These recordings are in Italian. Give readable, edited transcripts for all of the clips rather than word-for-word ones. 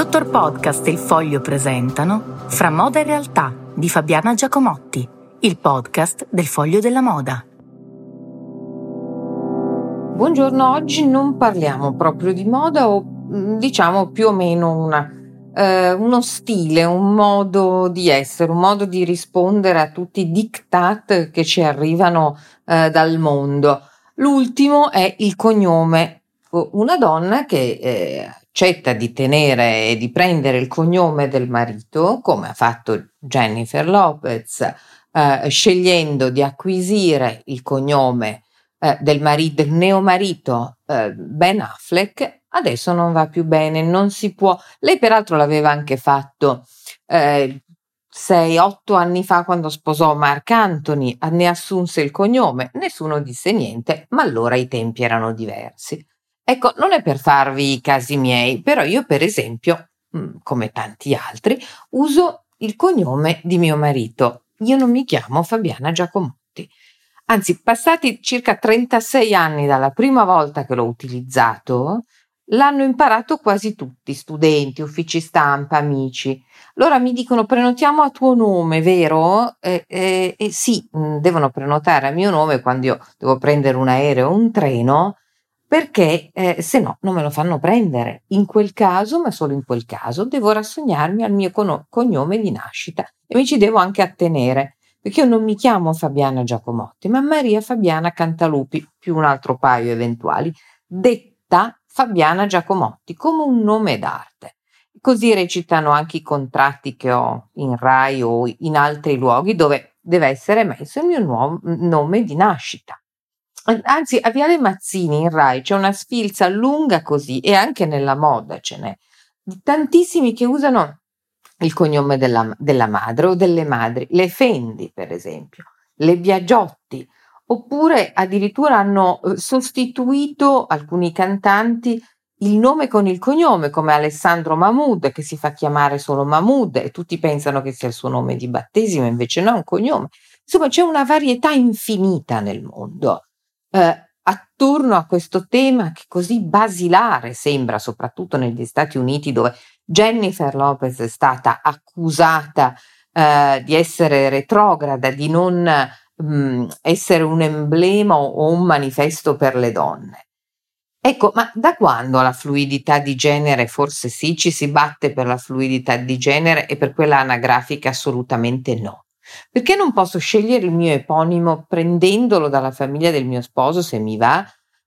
Dottor Podcast e Il Foglio presentano Fra moda e realtà di Fabiana Giacomotti, il podcast del Foglio della Moda. Buongiorno, oggi non parliamo proprio di moda o diciamo più o meno uno stile, un modo di essere, un modo di rispondere a tutti i diktat che ci arrivano dal mondo. L'ultimo è il cognome. Una donna che accetta di tenere e di prendere il cognome del marito, come ha fatto Jennifer Lopez, scegliendo di acquisire il cognome del neo marito Ben Affleck, adesso non va più bene, non si può. Lei peraltro l'aveva anche fatto 6-8 anni fa quando sposò Marc Anthony, ne assunse il cognome, nessuno disse niente, ma allora i tempi erano diversi. Ecco, non è per farvi i casi miei, però io per esempio, come tanti altri, uso il cognome di mio marito. Io non mi chiamo Fabiana Giacomotti. Anzi, passati circa 36 anni dalla prima volta che l'ho utilizzato, l'hanno imparato quasi tutti, studenti, uffici stampa, amici. Allora mi dicono: prenotiamo a tuo nome, vero? Sì, devono prenotare a mio nome quando io devo prendere un aereo o un treno, perché se no non me lo fanno prendere. In quel caso, ma solo in quel caso, devo rassegnarmi al mio cognome di nascita e mi ci devo anche attenere. Perché io non mi chiamo Fabiana Giacomotti, ma Maria Fabiana Cantalupi, più un altro paio eventuali, detta Fabiana Giacomotti, come un nome d'arte. Così recitano anche i contratti che ho in Rai o in altri luoghi dove deve essere messo il mio nome di nascita. Anzi, a Viale Mazzini in Rai c'è una sfilza lunga così, e anche nella moda ce n'è, di tantissimi che usano il cognome della madre o delle madri, le Fendi per esempio, le Biagiotti, oppure addirittura hanno sostituito alcuni cantanti il nome con il cognome, come Alessandro Mahmood, che si fa chiamare solo Mahmood e tutti pensano che sia il suo nome di battesimo, invece no, è un cognome. Insomma, c'è una varietà infinita nel mondo attorno a questo tema che così basilare sembra, soprattutto negli Stati Uniti, dove Jennifer Lopez è stata accusata di essere retrograda, di non essere un emblema o un manifesto per le donne. Ecco, ma da quando la fluidità di genere? Forse sì, ci si batte per la fluidità di genere e per quella anagrafica assolutamente no. Perché non posso scegliere il mio eponimo prendendolo dalla famiglia del mio sposo se mi va?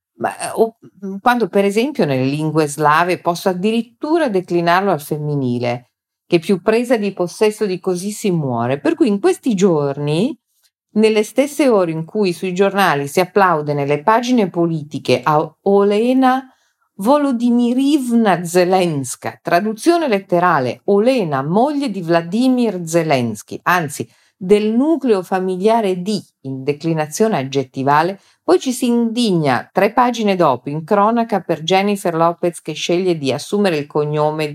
O quando per esempio nelle lingue slave posso addirittura declinarlo al femminile, che più presa di possesso di così si muore. Per cui in questi giorni, nelle stesse ore in cui sui giornali si applaude nelle pagine politiche a Olena Volodymyrivna Zelenska, traduzione letterale Olena, moglie di Vladimir Zelensky, anzi del nucleo familiare di, in declinazione aggettivale, poi ci si indigna 3 pagine dopo in cronaca per Jennifer Lopez che sceglie di assumere il cognome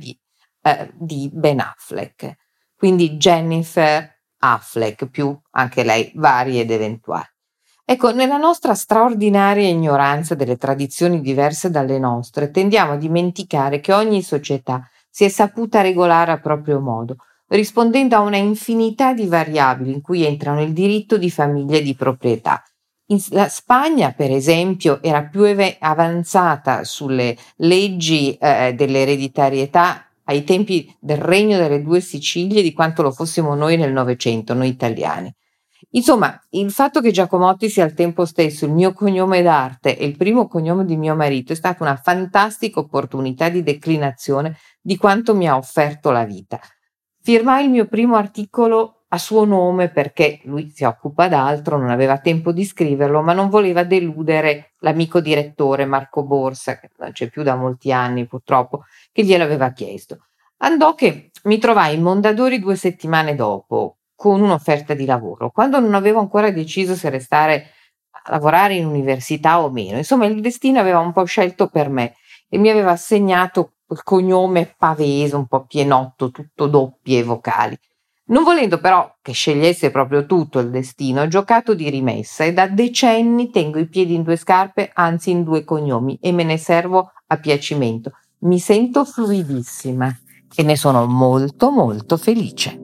di Ben Affleck, quindi Jennifer Affleck, più anche lei vari ed eventuali. Ecco, nella nostra straordinaria ignoranza delle tradizioni diverse dalle nostre, tendiamo a dimenticare che ogni società si è saputa regolare a proprio modo, rispondendo a una infinità di variabili in cui entrano il diritto di famiglia e di proprietà. La Spagna, per esempio, era più avanzata sulle leggi dell'ereditarietà ai tempi del Regno delle Due Sicilie di quanto lo fossimo noi nel Novecento, noi italiani. Insomma, il fatto che Giacomotti sia al tempo stesso il mio cognome d'arte e il primo cognome di mio marito è stata una fantastica opportunità di declinazione di quanto mi ha offerto la vita. Firmai il mio primo articolo a suo nome perché lui si occupa d'altro, non aveva tempo di scriverlo, ma non voleva deludere l'amico direttore Marco Borsa, che non c'è più da molti anni purtroppo, che glielo aveva chiesto. Andò che mi trovai in Mondadori 2 settimane dopo con un'offerta di lavoro, quando non avevo ancora deciso se restare a lavorare in università o meno. Insomma, il destino aveva un po' scelto per me e mi aveva assegnato il cognome Pavese, un po' pienotto, tutto doppie vocali. Non volendo però che scegliesse proprio tutto il destino, ho giocato di rimessa e da decenni tengo i piedi in 2 scarpe, anzi in 2 cognomi, e me ne servo a piacimento. Mi sento fluidissima. e ne sono molto molto felice.